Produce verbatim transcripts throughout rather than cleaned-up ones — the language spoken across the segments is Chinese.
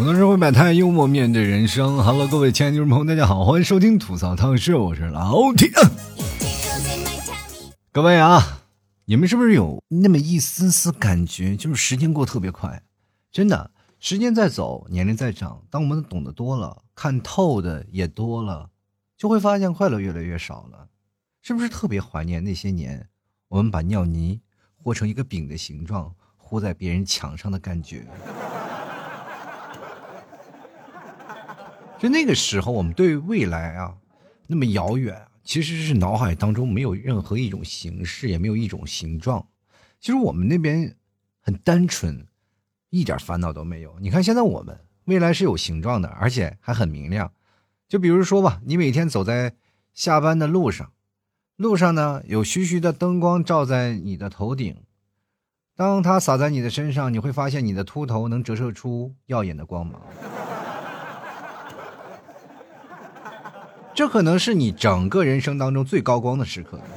吐槽社会百态，幽默面对人生。Hello， 各位亲爱的听众朋友，大家好，欢迎收听吐槽汤室，我是老铁。各位啊，你们是不是有那么一丝丝感觉，就是时间过特别快？真的，时间在走，年龄在长，当我们懂得多了，看透的也多了，就会发现快乐越来越少了。是不是特别怀念那些年，我们把尿泥和成一个饼的形状，糊在别人墙上的感觉？就那个时候，我们对未来啊那么遥远，其实是脑海当中没有任何一种形式，也没有一种形状。其实我们那边很单纯，一点烦恼都没有。你看现在我们未来是有形状的，而且还很明亮。就比如说吧，你每天走在下班的路上，路上呢有徐徐的灯光照在你的头顶，当它洒在你的身上，你会发现你的秃头能折射出耀眼的光芒。这可能是你整个人生当中最高光的时刻。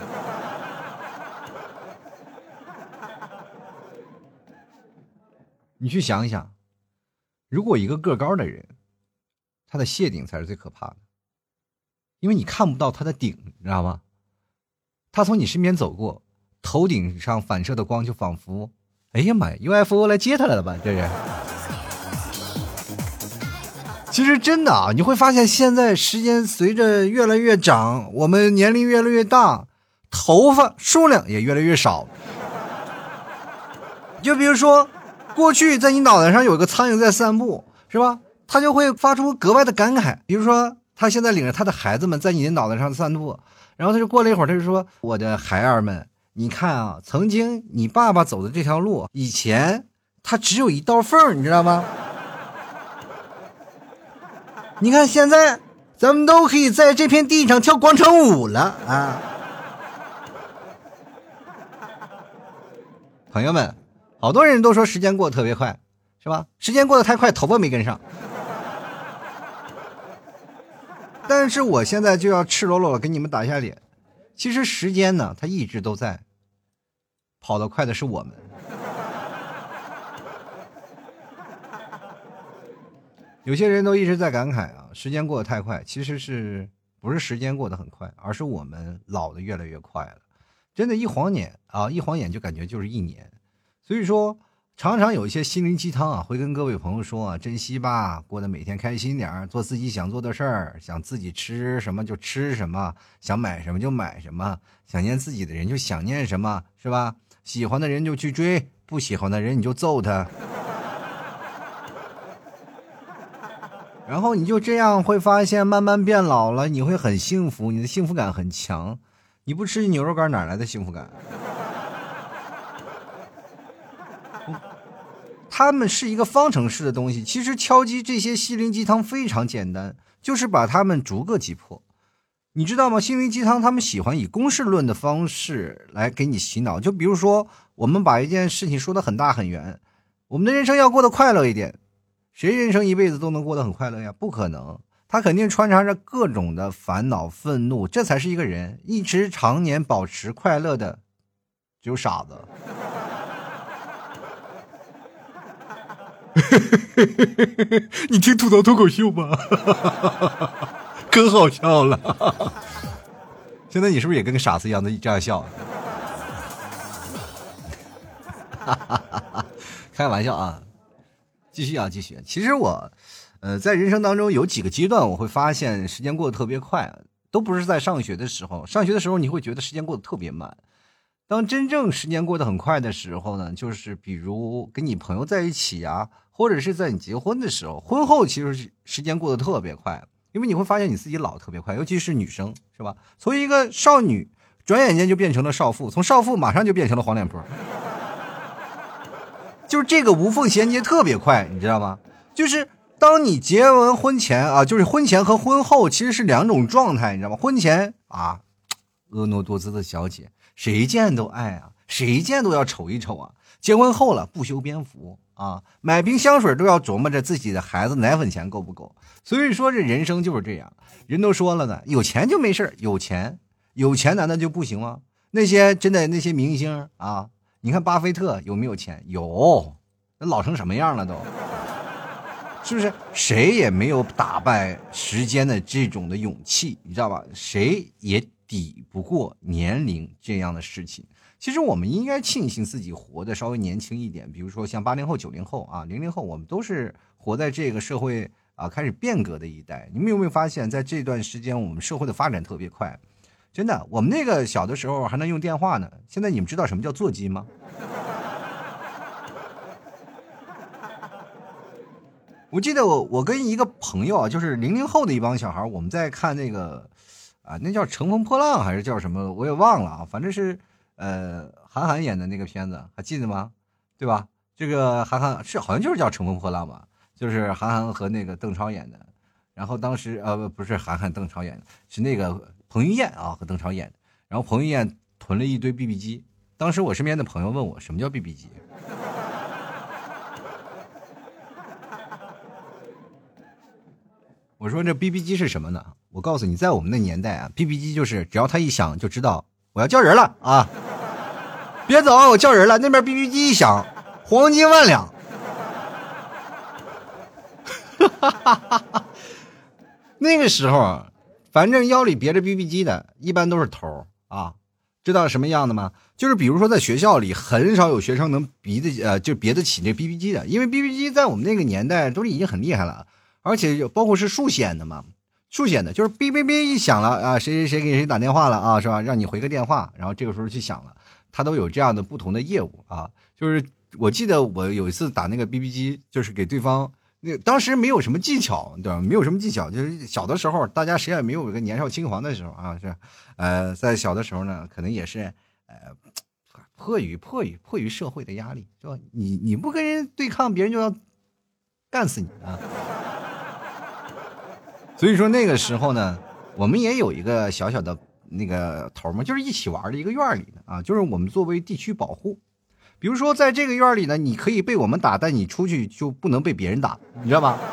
你去想一想，如果一个个高的人，他的谢顶才是最可怕的，因为你看不到他的顶，你知道吗？他从你身边走过，头顶上反射的光就仿佛，哎呀妈呀 ，U F O 来接他来了吧？这是。其实真的啊，你会发现现在时间随着越来越长，我们年龄越来越大，头发数量也越来越少。就比如说过去在你脑袋上有一个苍蝇在散步，是吧？他就会发出格外的感慨。比如说他现在领着他的孩子们在你的脑袋上散步，然后他就过了一会儿，他就说，我的孩儿们，你看啊，曾经你爸爸走的这条路，以前他只有一道缝，你知道吗？你看现在咱们都可以在这片地上跳广场舞了啊！朋友们，好多人都说时间过得特别快，是吧？时间过得太快，头发没跟上。但是我现在就要赤裸裸的跟你们打一下脸，其实时间呢，它一直都在，跑得快的是我们。有些人都一直在感慨啊，时间过得太快，其实是不是时间过得很快，而是我们老得越来越快了。真的，一晃眼啊，一晃眼就感觉就是一年。所以说，常常有一些心灵鸡汤啊，会跟各位朋友说啊，珍惜吧，过得每天开心点，做自己想做的事儿，想自己吃什么就吃什么，想买什么就买什么，想念自己的人就想念什么，是吧？喜欢的人就去追，不喜欢的人你就揍他。然后你就这样会发现慢慢变老了，你会很幸福，你的幸福感很强。你不吃牛肉干哪来的幸福感？他们是一个方程式的东西，其实敲击这些心灵鸡汤非常简单，就是把他们逐个击破。你知道吗？心灵鸡汤他们喜欢以公式论的方式来给你洗脑。就比如说我们把一件事情说得很大很圆，我们的人生要过得快乐一点，谁人生一辈子都能过得很快乐呀？不可能，他肯定穿插着各种的烦恼愤怒，这才是一个人一直常年保持快乐的只有傻子。你听吐槽脱口秀吧。可好笑了。现在你是不是也跟个傻子一样的这样笑？开玩笑啊，继续啊继续。其实我呃在人生当中有几个阶段，我会发现时间过得特别快，都不是在上学的时候。上学的时候你会觉得时间过得特别慢，当真正时间过得很快的时候呢，就是比如跟你朋友在一起啊，或者是在你结婚的时候。婚后其实时间过得特别快，因为你会发现你自己老特别快，尤其是女生，是吧？从一个少女转眼间就变成了少妇，从少妇马上就变成了黄脸婆。就是这个无缝衔接特别快，你知道吗？就是当你结完婚前啊，就是婚前和婚后其实是两种状态，你知道吗？婚前啊，婀娜多姿的小姐，谁见都爱啊，谁见都要瞅一瞅啊。结婚后了，不修边幅啊，买瓶香水都要琢磨着自己的孩子奶粉钱够不够。所以说这人生就是这样，人都说了呢，有钱就没事，有钱有钱难道就不行吗？那些真的那些明星啊，你看巴菲特有没有钱？有，那老成什么样了都。 是不是？谁也没有打败时间的这种的勇气，你知道吧？谁也抵不过年龄这样的事情。其实我们应该庆幸自己活得稍微年轻一点，比如说像八零后、九零后啊、零零后，我们都是活在这个社会啊开始变革的一代。你们有没有发现，在这段时间我们社会的发展特别快？真的，我们那个小的时候还能用电话呢，现在你们知道什么叫座机吗？我记得我我跟一个朋友啊，就是零零后的一帮小孩，我们在看那个啊，那叫《乘风破浪》还是叫什么，我也忘了啊，反正是呃韩寒演的那个片子，还记得吗？对吧？这个韩寒是好像就是叫《乘风破浪》吧，就是韩寒和那个邓超演的。然后当时呃不是韩寒邓超演的，是那个彭于晏啊和邓超演的。然后彭于晏囤了一堆 B B 机，当时我身边的朋友问我什么叫 B B 机。我说这 B B 机是什么呢？我告诉你，在我们那年代啊 ，B B 机就是只要它一响就知道我要叫人了啊！别走，我叫人了。那边 B B 机一响，黄金万两。那个时候，反正腰里别着 B B 机的，一般都是头啊。知道什么样的吗？就是比如说在学校里，很少有学生能别的呃，就别得起这 B B 机的，因为 B B 机在我们那个年代都是已经很厉害了。而且包括是数显的嘛，数显的就是哔哔哔一响了啊，谁谁谁给谁打电话了啊，是吧？让你回个电话，然后这个时候去响了，它都有这样的不同的业务啊。就是我记得我有一次打那个 B B 机，就是给对方，那当时没有什么技巧，对吧？没有什么技巧，就是小的时候大家谁也没有一个年少轻狂的时候啊，是，呃，在小的时候呢，可能也是呃。迫于迫于迫于社会的压力，是吧？你你不跟人对抗，别人就要干死你啊！所以说那个时候呢，我们也有一个小小的那个头嘛，就是一起玩的一个院里的啊，就是我们作为地区保护。比如说在这个院里呢，你可以被我们打，但你出去就不能被别人打，你知道吗？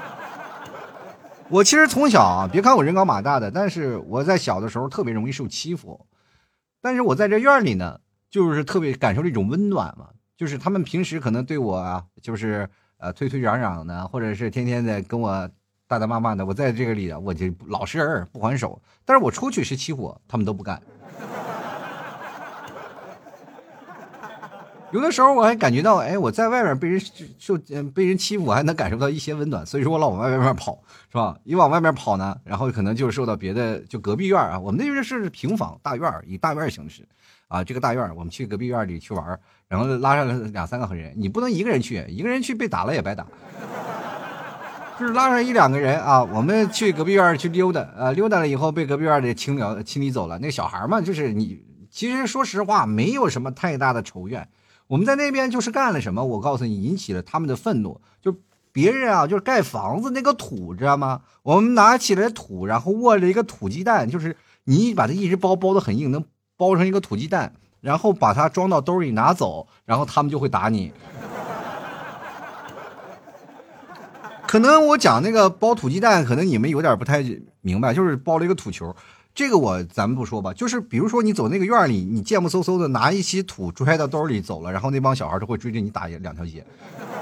我其实从小啊，别看我人高马大的，但是我在小的时候特别容易受欺负。但是我在这院里呢，就是特别感受这种温暖嘛，就是他们平时可能对我啊，就是呃推推攘攘的，或者是天天的跟我大大骂骂的，我在这个里啊，我就老实人不还手。但是我出去是欺负我，他们都不干。有的时候我还感觉到，哎，我在外面被人受被人欺负，我还能感受到一些温暖，所以说我老往外面跑，是吧？一往外面跑呢，然后可能就受到别的，就隔壁院啊，我们那边是平房大院，以大院形式啊，这个大院我们去隔壁院里去玩，然后拉上两三个人，你不能一个人去，一个人去被打了也白打。就是拉上一两个人啊，我们去隔壁院去溜达，呃，溜达了以后被隔壁院的清理清理走了。那个小孩嘛，就是你，其实说实话，没有什么太大的仇怨。我们在那边就是干了什么，我告诉你，引起了他们的愤怒。就别人啊，就是盖房子那个土，知道吗？我们拿起来土，然后握着一个土鸡蛋，就是你把它一直包包的很硬，能包成一个土鸡蛋，然后把它装到兜里拿走，然后他们就会打你。可能我讲那个包土鸡蛋，可能你们有点不太明白，就是包了一个土球。这个我咱们不说吧，就是比如说你走那个院里，你贱不嗖嗖的拿一些土拽到兜里走了，然后那帮小孩都会追着你打两条街。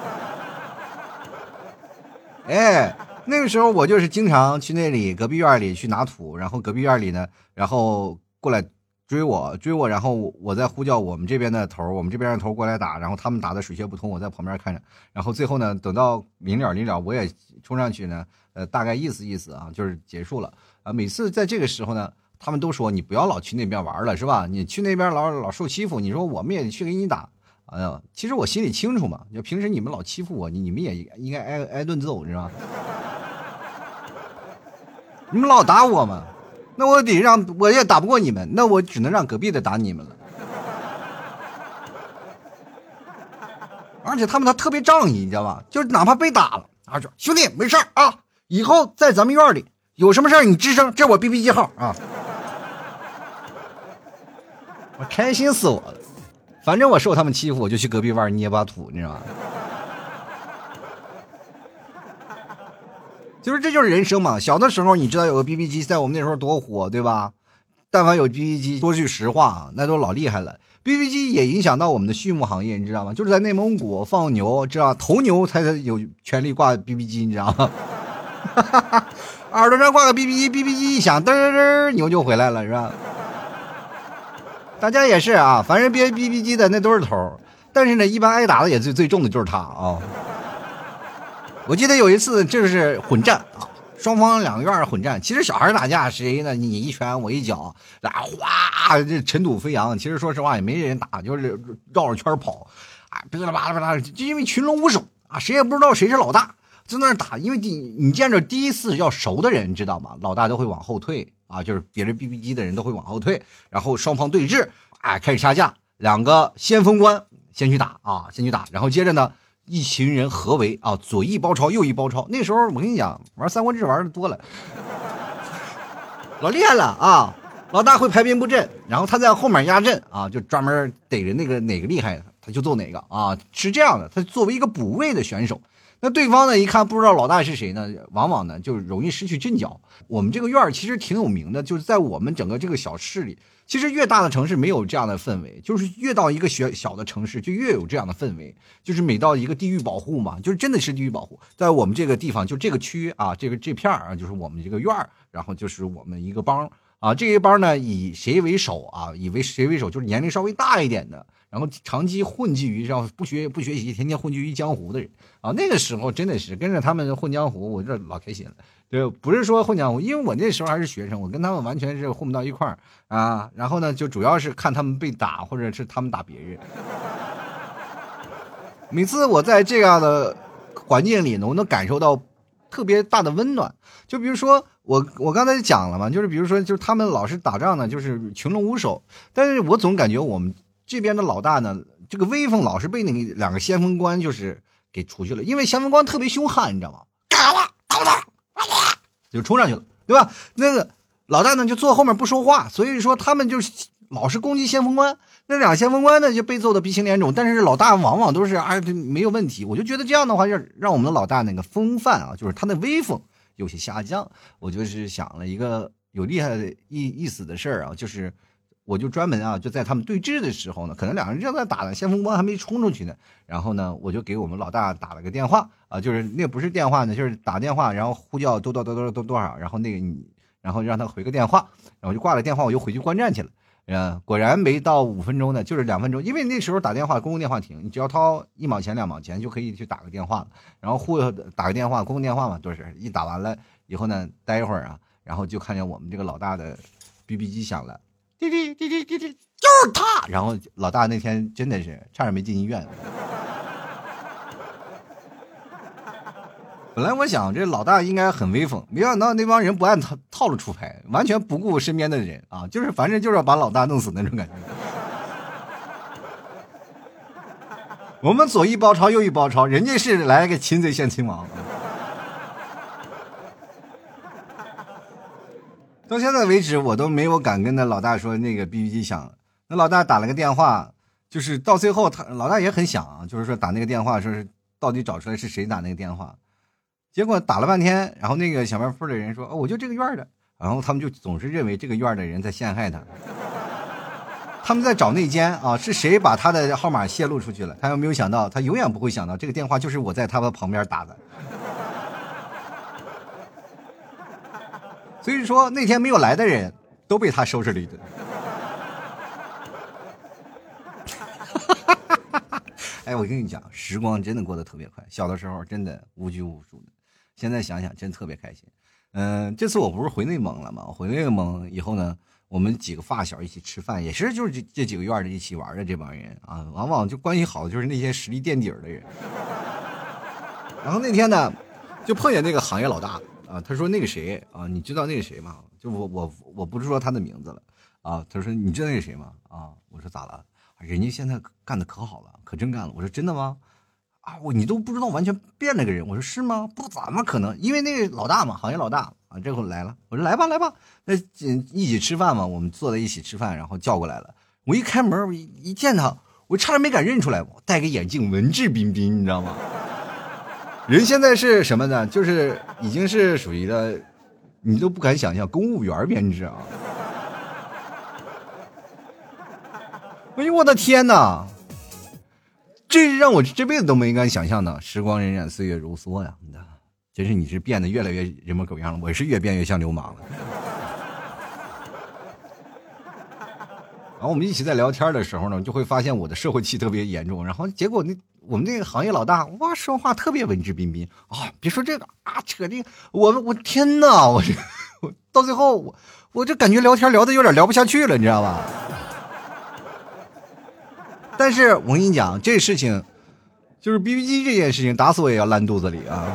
哎，那个时候我就是经常去那里隔壁院里去拿土，然后隔壁院里呢，然后过来追我追我，然后我再呼叫我们这边的头，我们这边的头过来打，然后他们打的水泄不通，我在旁边看着，然后最后呢，等到临了临了，我也冲上去呢，呃，大概意思意思啊，就是结束了啊。每次在这个时候呢，他们都说你不要老去那边玩了，是吧？你去那边老老受欺负，你说我们也去给你打。哎呀，其实我心里清楚嘛，就平时你们老欺负我，你你们也应该挨挨顿揍，知道吗？你们老打我嘛，那我得让我也打不过你们，那我只能让隔壁的打你们了。而且他们他特别仗义，你知道吧？就是哪怕被打了，啊，说兄弟没事啊，以后在咱们院里有什么事你吱声，这是我 B B 机号啊。我开心死我了。反正我受他们欺负，我就去隔壁院捏把土，你知道吗？就是这就是人生嘛。小的时候你知道有个 B B 机在我们那时候多火，对吧？ 但凡有 B B 机，说句实话啊，那都老厉害了。B B 机也影响到我们的畜牧行业，你知道吗？就是在内蒙古放牛，知道头牛才有权利挂 B B 机，你知道吗？耳朵上挂个 B B 机 ，B B 机一响，噔噔噔，牛就回来了，是吧？大家也是啊，凡是憋 B B 机的那都是头，但是呢，一般挨打的也最最重的就是他啊。我记得有一次就是混战啊，双方两个院混战，其实小孩打架谁呢？你一拳我一脚，然后哗，这尘土飞扬。其实说实话也没人打，就是绕着圈跑，啊，噼里啪啦啪啦，就因为群龙无首啊，谁也不知道谁是老大，在那打。因为第你见着第一次要熟的人，知道吗？老大都会往后退啊，就是别人 B B 机的人都会往后退，然后双方对峙，啊，开始杀价，两个先锋官先去打啊，先去打，然后接着呢。一群人合围啊，左一包抄，右一包抄。那时候我跟你讲，玩三国志玩的多了，老厉害了啊！老大会排兵布阵，然后他在后面压阵啊，就专门逮着那个哪个厉害，他就揍哪个啊，是这样的。他作为一个补位的选手，那对方呢一看不知道老大是谁呢，往往呢就容易失去阵脚。我们这个院其实挺有名的，就是在我们整个这个小市里。其实越大的城市没有这样的氛围，就是越到一个小小的城市就越有这样的氛围，就是每到一个地域保护嘛，就是真的是地域保护。在我们这个地方，就这个区啊，这个这片啊，就是我们这个院儿，然后就是我们一个帮啊，这一帮呢以谁为首啊？以为谁为首？就是年龄稍微大一点的，然后长期混迹于让不学不学习，天天混迹于江湖的人啊。那个时候真的是跟着他们混江湖，我这老开心了。对，不是说混江湖，因为我那时候还是学生，我跟他们完全是混不到一块儿啊。然后呢，就主要是看他们被打，或者是他们打别人。每次我在这样的环境里呢，我能感受到特别大的温暖。就比如说我我刚才讲了嘛，就是比如说就是他们老是打仗呢，就是群龙无首，但是我总感觉我们这边的老大呢，这个威风老是被那个两个先锋官就是给除去了，因为先锋官特别凶悍，你知道吗？干了，打打。就冲上去了，对吧？那个老大呢就坐后面不说话，所以说他们就老是攻击先锋官，那两先锋官呢就被揍得鼻青脸肿，但是老大往往都是啊没有问题。我就觉得这样的话让让我们的老大那个风范啊，就是他的威风有些下降。我就是想了一个有厉害的意意思的事儿啊，就是我就专门啊就在他们对峙的时候呢，可能两个人正在打呢，先锋官还没冲出去呢，然后呢我就给我们老大打了个电话。啊，就是那不是电话呢，就是打电话，然后呼叫多多多多多多少，然后那个你，然后让他回个电话，然后就挂了电话，我就回去观战去了。嗯，果然没到五分钟呢，就是两分钟，因为那时候打电话公共电话亭，你只要掏一毛钱两毛钱就可以去打个电话了，然后互打个电话，公共电话嘛，都是一打完了以后呢，待一会儿啊，然后就看见我们这个老大的 B B 机响了，滴滴滴滴滴滴，就是他，然后老大那天真的是差点没进医院。本来我想这老大应该很威风，没想到那帮人不按套套路出牌，完全不顾身边的人啊，就是反正就是要把老大弄死那种感觉。我们左一包抄右一包抄，人家是来个擒贼先擒王。到现在为止我都没有敢跟那老大说那个 B B 机响了，那老大打了个电话，就是到最后他老大也很想啊，就是说打那个电话说是到底找出来是谁打那个电话。结果打了半天，然后那个小卖铺的人说：“哦，我就这个院的。”然后他们就总是认为这个院的人在陷害他，他们在找内奸啊，是谁把他的号码泄露出去了？他又没有想到，他永远不会想到这个电话就是我在他的旁边打的。所以说那天没有来的人都被他收拾了一顿。哎，我跟你讲，时光真的过得特别快，小的时候真的无拘无束的。现在想想真特别开心。嗯、呃，这次我不是回内蒙了吗？回内蒙以后呢，我们几个发小一起吃饭，也是就是这这几个院的一起玩的这帮人啊，往往就关系好的就是那些实力垫底的人。然后那天呢，就碰见那个行业老大啊，他说那个谁啊，你知道那个谁吗？就我我我不是说他的名字了啊，他说你知道那个谁吗？啊，我说咋了？人家现在干的可好了，可真干了。我说真的吗？啊，我你都不知道，完全变了个人。我说是吗？不怎么可能，因为那个老大嘛，行业老大啊，这会来了。我说来吧来吧，那一起吃饭嘛，我们坐在一起吃饭，然后叫过来了。我一开门，我一一见他，我差点没敢认出来。我戴个眼镜，文质彬彬，你知道吗？人现在是什么呢？就是已经是属于了，你都不敢想象公务员编制啊。 哎呦我的天哪，这是让我这辈子都没敢想象的。时光荏苒，岁月如梭呀，真是你是变得越来越人模狗样了，我是越变越像流氓了。然后我们一起在聊天的时候呢，就会发现我的社会气特别严重。然后结果那我们那个行业老大，哇，说话特别文质彬彬啊！别说这个啊，扯这个，我我天哪，我这我到最后我我就感觉聊天聊的有点聊不下去了，你知道吧？但是我跟你讲，这事情就是 B B 机这件事情，打死我也要烂肚子里啊！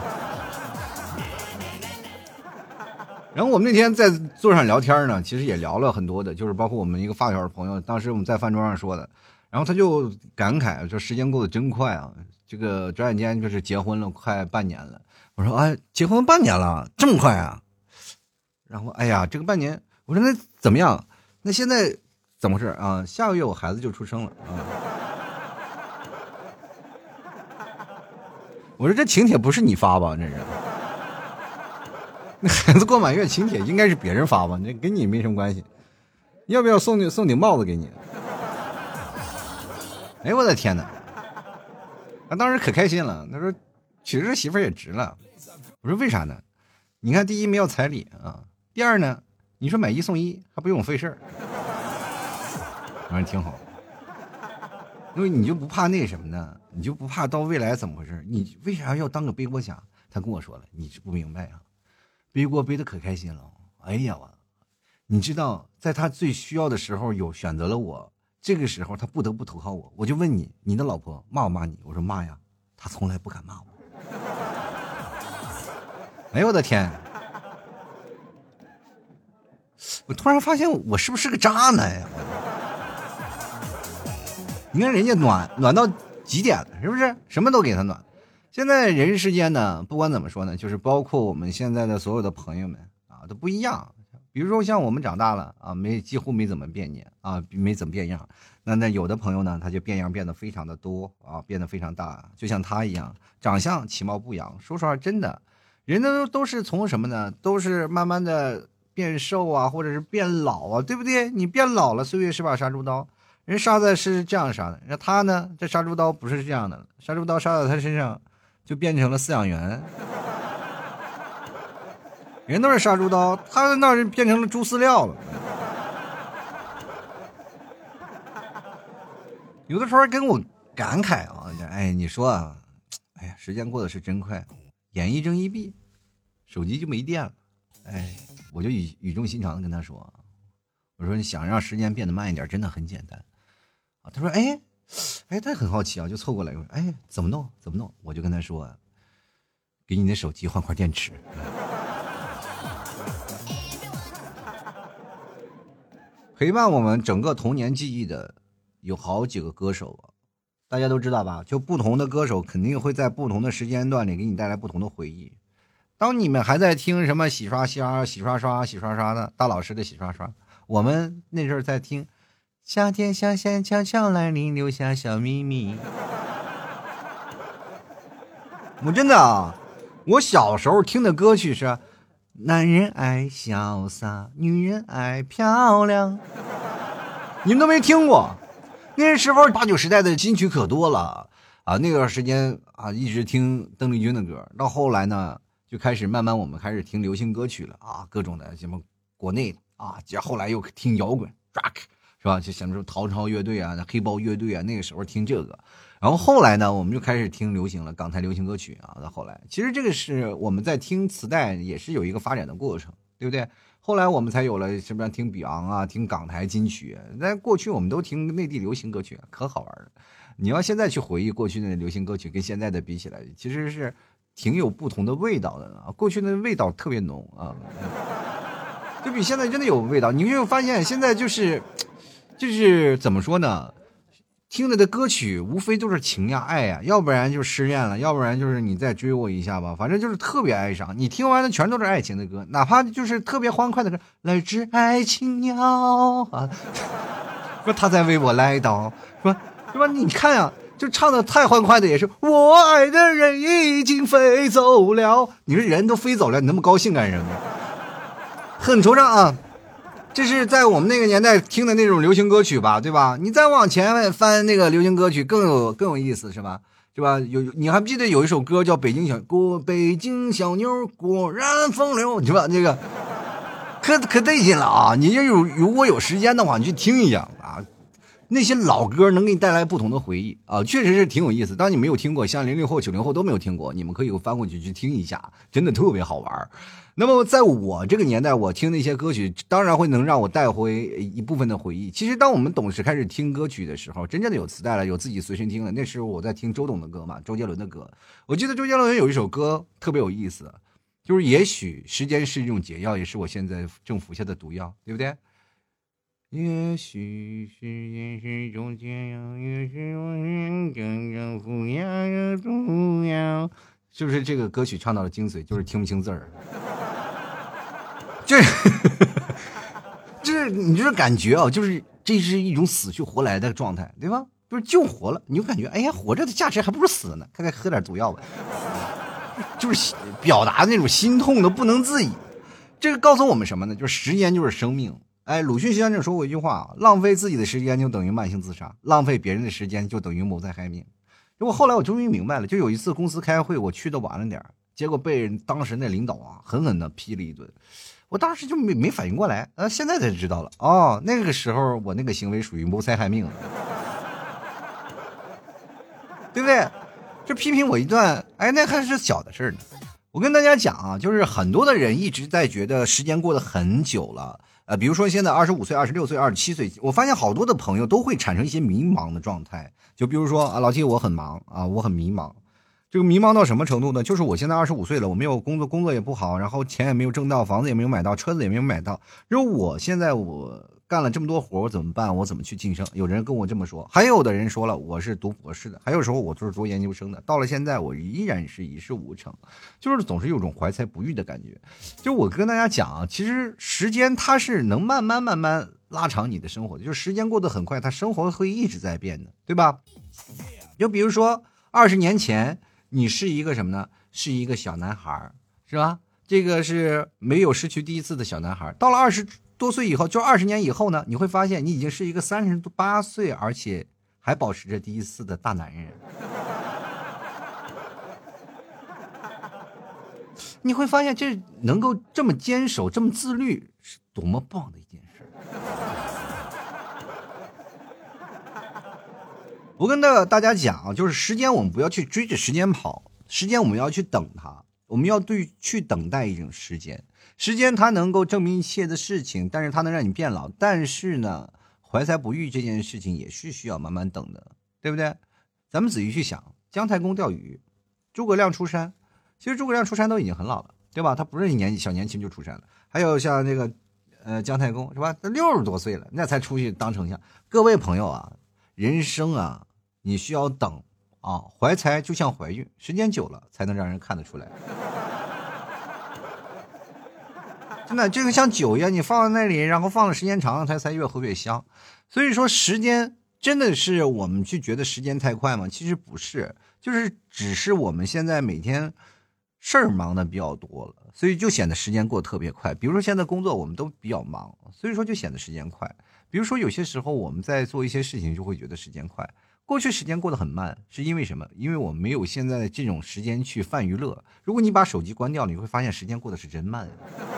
然后我们那天在座上聊天呢，其实也聊了很多的，就是包括我们一个发小的朋友，当时我们在饭桌上说的，然后他就感慨说时间过得真快啊，这个转眼间就是结婚了快半年了。我说哎，结婚半年了，这么快啊？然后哎呀，这个半年，我说那怎么样？那现在怎么回事啊？下个月我孩子就出生了啊。我说这请帖不是你发吧？这是。那孩子过满月请帖应该是别人发吧，那跟你没什么关系。要不要送你送顶帽子给你？哎我的天哪！他当时可开心了，他说娶这媳妇儿也值了。我说为啥呢？你看第一没有彩礼啊，第二呢，你说买一送一还不用费事儿。我说挺好，因为你就不怕那什么呢？你就不怕到未来怎么回事？你为啥要当个背锅侠？他跟我说了，你是不明白啊。背锅背得可开心了，哎呀，你知道，在他最需要的时候有选择了我，这个时候他不得不投靠我。我就问你，你的老婆骂不骂你？我说骂呀，他从来不敢骂我。哎呦我的天！我突然发现我是不是个渣男呀？你看人家暖暖到极点了，是不是？什么都给他暖。现在人世间呢，不管怎么说呢，就是包括我们现在的所有的朋友们啊，都不一样。比如说像我们长大了啊，没几乎没怎么变年啊，没怎么变样。那那有的朋友呢，他就变样变得非常的多啊，变得非常大，就像他一样，长相其貌不扬。说实话，真的，人都都是从什么呢？都是慢慢的变瘦啊，或者是变老啊，对不对？你变老了，岁月是把杀猪刀。人杀的是这样杀的，那他呢？这杀猪刀不是这样的，杀猪刀杀到他身上。就变成了饲养员，人都是杀猪刀，他那是变成了猪饲料了。有的时候跟我感慨啊，哎，你说啊，哎呀，时间过得是真快，眼一睁一闭，手机就没电了，哎，我就语语重心长的跟他说，我说你想让时间变得慢一点，真的很简单啊。他说，哎。哎，他很好奇啊，就凑过来说：“哎，怎么弄？怎么弄？”我就跟他说：“给你的手机换块电池。”陪伴我们整个童年记忆的有好几个歌手啊，大家都知道吧？就不同的歌手肯定会在不同的时间段里给你带来不同的回忆。当你们还在听什么洗刷虾、洗刷刷、洗刷刷的大老师的洗刷刷，我们那阵儿在听。夏天像线悄悄来临，留下小秘密。我真的啊，我小时候听的歌曲是男人爱潇洒，女人爱漂亮，你们都没听过。那时候八九十代的金曲可多了啊，那段时间啊一直听邓丽君的歌，到后来呢就开始慢慢我们开始听流行歌曲了啊，各种的什么国内啊，后来又听摇滚 rock。是吧？就像说陶超乐队啊、黑豹乐队啊，那个时候听这个，然后后来呢，我们就开始听流行了，港台流行歌曲啊。到后来，其实这个是我们在听磁带也是有一个发展的过程，对不对？后来我们才有了什么听比昂啊、听港台金曲。在过去我们都听内地流行歌曲，可好玩了。你要现在去回忆过去的流行歌曲，跟现在的比起来，其实是挺有不同的味道的啊。过去的味道特别浓啊，就比现在真的有味道。你会发现现在就是。就是怎么说呢，听了的歌曲无非都是情呀爱呀，要不然就是失恋了，要不然就是你再追我一下吧，反正就是特别哀伤。你听完的全都是爱情的歌，哪怕就是特别欢快的歌，来只爱情鸟啊，说他在为我来到，说是吧？你看啊，就唱的太欢快的也是我爱的人已经飞走了，你说人都飞走了，你那么高兴干什么？很惆怅啊。 这是在我们那个年代听的那种流行歌曲吧，对吧？你再往前翻那个流行歌曲更有更有意思，是吧？是吧？有你还不记得有一首歌叫《北京小过北京小妞果然风流》，是吧？这个可可得劲了啊！你就有如果有时间的话，你去听一下啊。那些老歌能给你带来不同的回忆啊，确实是挺有意思。当你没有听过，像零零后、九零后都没有听过，你们可以翻过去去听一下，真的特别好玩。那么在我这个年代，我听那些歌曲，当然会能让我带回一部分的回忆。其实当我们懂事开始听歌曲的时候，真正的有磁带了，有自己随身听了。那时候我在听周董的歌嘛，周杰伦的歌。我记得周杰伦有一首歌特别有意思，就是也许时间是一种解药，也是我现在正服下的毒药，对不对？也许时间是种解药，也是我真正服下的毒药。是不是这个歌曲唱到了精髓，就是听不清字儿？这，这你就是感觉啊，就是这是一种死去活来的状态，对吧？就是救活了，你就感觉哎呀，活着的价值还不如死呢，看看喝点毒药吧，就是表达那种心痛的不能自已。这个告诉我们什么呢？就是时间就是生命。哎，鲁迅先生说过一句话，浪费自己的时间就等于慢性自杀，浪费别人的时间就等于谋财害命。结果后来我终于明白了，就有一次公司开会，我去的晚了点，结果被人当时那领导啊狠狠的批了一顿，我当时就没没反应过来，呃，现在才知道了，哦，那个时候我那个行为属于谋财害命，对不对？这批评我一段，哎，那还是小的事呢。我跟大家讲啊，就是很多的人一直在觉得时间过得很久了。呃，比如说现在二十五岁、二十六岁、二十七岁，我发现好多的朋友都会产生一些迷茫的状态。就比如说啊，老T我很忙啊，我很迷茫。这个迷茫到什么程度呢？就是我现在二十五岁了，我没有工作，工作也不好，然后钱也没有挣到，房子也没有买到，车子也没有买到。如果我现在我干了这么多活，我怎么办？我怎么去晋升？有人跟我这么说，还有的人说了，我是读博士的，还有时候我就是读研究生的。到了现在，我依然是一事无成，就是总是有种怀才不遇的感觉。就我跟大家讲啊，其实时间它是能慢慢慢慢拉长你的生活的，就是时间过得很快，它生活会一直在变的，对吧？就比如说二十年前，你是一个什么呢？是一个小男孩，是吧？这个是没有失去第一次的小男孩。到了二十多岁以后，就二十年以后呢，你会发现你已经是一个三十八岁，而且还保持着第一次的大男人。你会发现这能够这么坚守，这么自律，是多么棒的一件事。我跟大家讲，就是时间我们不要去追着时间跑，时间我们要去等它，我们要对去等待一种时间。时间它能够证明一切的事情，但是它能让你变老，但是呢，怀才不遇这件事情也是需要慢慢等的，对不对？咱们仔细去想，姜太公钓鱼，诸葛亮出山，其实诸葛亮出山都已经很老了，对吧？他不是年小年轻就出山了。还有像这个呃姜太公，是吧？他六十多岁了，那才出去当丞相。各位朋友啊，人生啊，你需要等啊，怀才就像怀孕，时间久了才能让人看得出来。真的，这个像酒一样，你放在那里，然后放的时间长了，它才越喝越香。所以说，时间真的是我们去觉得时间太快吗？其实不是，就是只是我们现在每天事儿忙的比较多了，所以就显得时间过得特别快。比如说现在工作我们都比较忙，所以说就显得时间快。比如说有些时候我们在做一些事情，就会觉得时间快。过去时间过得很慢，是因为什么？因为我们没有现在的这种时间去泛娱乐。如果你把手机关掉了，你会发现时间过得是真慢。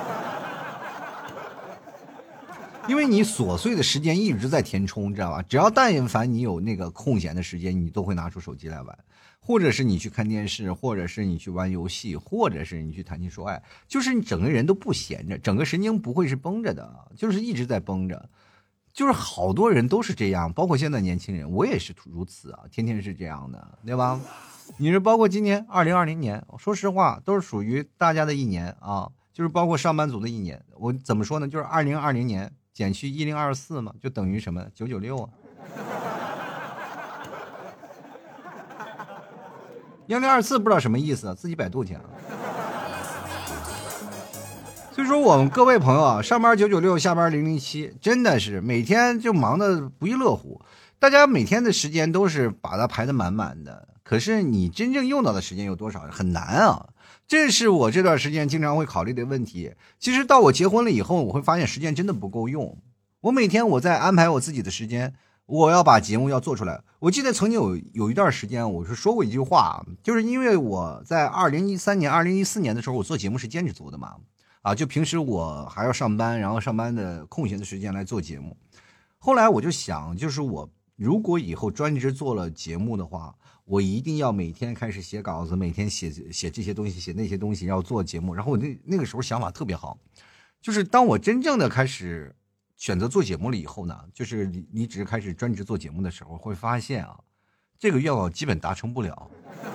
因为你琐碎的时间一直在填充，知道吧？只要但凡你有那个空闲的时间，你都会拿出手机来玩，或者是你去看电视，或者是你去玩游戏，或者是你去谈情说爱，就是你整个人都不闲着，整个神经不会是绷着的，就是一直在绷着。就是好多人都是这样，包括现在年轻人，我也是如此啊，天天是这样的，对吧？你是包括今年二零二零年，说实话都是属于大家的一年啊，就是包括上班族的一年。我怎么说呢？就是二零二零年减去一零二四嘛，就等于什么？九九六啊。一零二四不知道什么意思，自己百度去啊。所以说我们各位朋友啊，上班九九六，下班零零七，真的是每天就忙得不亦乐乎。大家每天的时间都是把它排得满满的，可是你真正用到的时间有多少？很难啊。 这是我这段时间经常会考虑的问题。其实到我结婚了以后，我会发现时间真的不够用。我每天我在安排我自己的时间，我要把节目要做出来。我记得曾经有有一段时间，我是说过一句话，就是因为我在二零一三年、二零一四年的时候，我做节目是兼职做的嘛，啊，就平时我还要上班，然后上班的空闲的时间来做节目。后来我就想，就是我如果以后专职做了节目的话，我一定要每天开始写稿子，每天写写这些东西，写那些东西，要做节目。然后我那那个时候想法特别好，就是当我真正的开始选择做节目了以后呢，就是离职开始专职做节目的时候，会发现啊，这个愿望基本达成不了。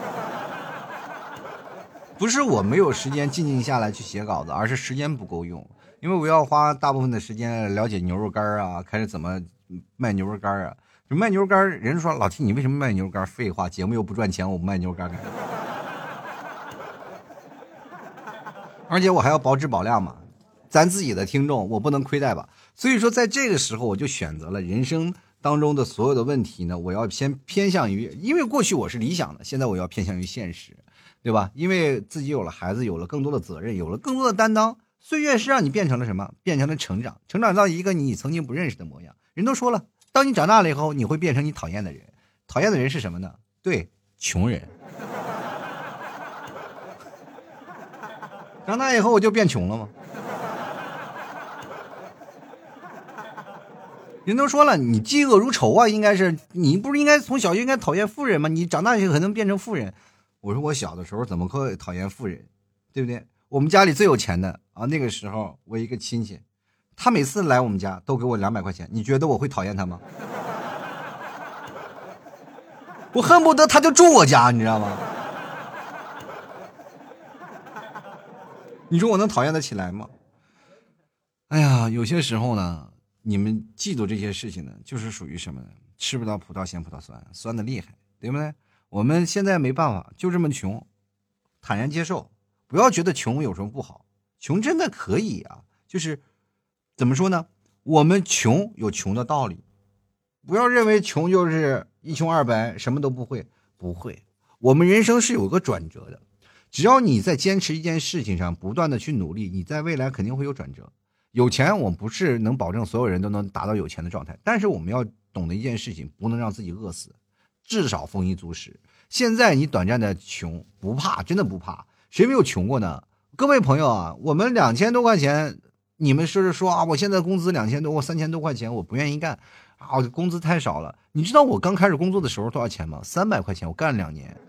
不是我没有时间静静下来去写稿子，而是时间不够用，因为我要花大部分的时间了解牛肉干啊，开始怎么卖牛肉干啊。卖牛肉干，人说老 T 你为什么卖牛肉干？废话，节目又不赚钱，我不卖牛肉干干啥？而且我还要保质保量嘛，咱自己的听众我不能亏待吧。所以说在这个时候我就选择了人生当中的所有的问题呢，我要先偏向于，因为过去我是理想的，现在我要偏向于现实，对吧？因为自己有了孩子，有了更多的责任，有了更多的担当，岁月是让你变成了什么？变成了成长，成长到一个你曾经不认识的模样。人都说了，当你长大了以后，你会变成你讨厌的人。讨厌的人是什么呢？对，穷人。长大以后我就变穷了吗？人都说了，你嫉恶如仇啊，应该是你不是应该从小就应该讨厌富人吗？你长大以后可能变成富人。我说我小的时候怎么会讨厌富人，对不对？我们家里最有钱的啊，那个时候我一个亲戚，他每次来我们家都给我两百块钱，你觉得我会讨厌他吗？我恨不得他就住我家，你知道吗？你说我能讨厌得起来吗？哎呀，有些时候呢，你们嫉妒这些事情呢，就是属于什么呢？吃不到葡萄嫌葡萄酸，酸的厉害，对不对？我们现在没办法，就这么穷，坦然接受，不要觉得穷有什么不好，穷真的可以啊，就是怎么说呢？我们穷有穷的道理，不要认为穷就是一穷二白，什么都不会，不会。我们人生是有个转折的，只要你在坚持一件事情上不断的去努力，你在未来肯定会有转折。有钱我不是能保证所有人都能达到有钱的状态，但是我们要懂得一件事情，不能让自己饿死，至少丰衣足食。现在你短暂的穷不怕，真的不怕，谁没有穷过呢？各位朋友啊，我们两千多块钱，你们是说啊，我现在工资两千多，我三千多块钱，我不愿意干啊，我工资太少了。你知道我刚开始工作的时候多少钱吗？三百块钱，我干了两年。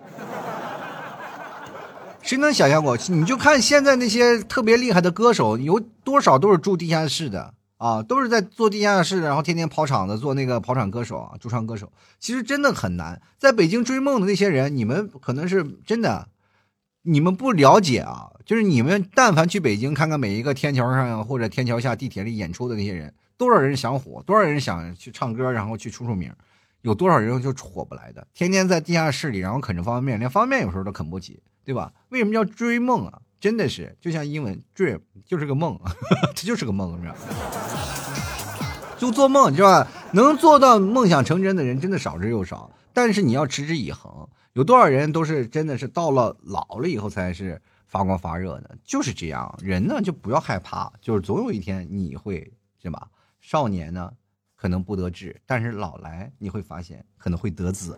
谁能想象过？你就看现在那些特别厉害的歌手，有多少都是住地下室的啊，都是在做地下室，然后天天跑场子，做那个跑场歌手啊，驻唱歌手。其实真的很难。在北京追梦的那些人，你们可能是真的，你们不了解啊。就是你们但凡去北京看看每一个天桥上或者天桥下地铁里演出的那些人，多少人想火，多少人想去唱歌，然后去出出名，有多少人就火不来的，天天在地下室里，然后啃着方便面，连方便面有时候都啃不起，对吧？为什么叫追梦啊？真的是就像英文 dream 就是个梦，这就是个梦，是吧？就做梦，是吧？能做到梦想成真的人真的少之又少，但是你要持之以恒。有多少人都是真的是到了老了以后才是发光发热的，就是这样。人呢就不要害怕，就是总有一天你会，是吧？少年呢可能不得志，但是老来你会发现可能会得子。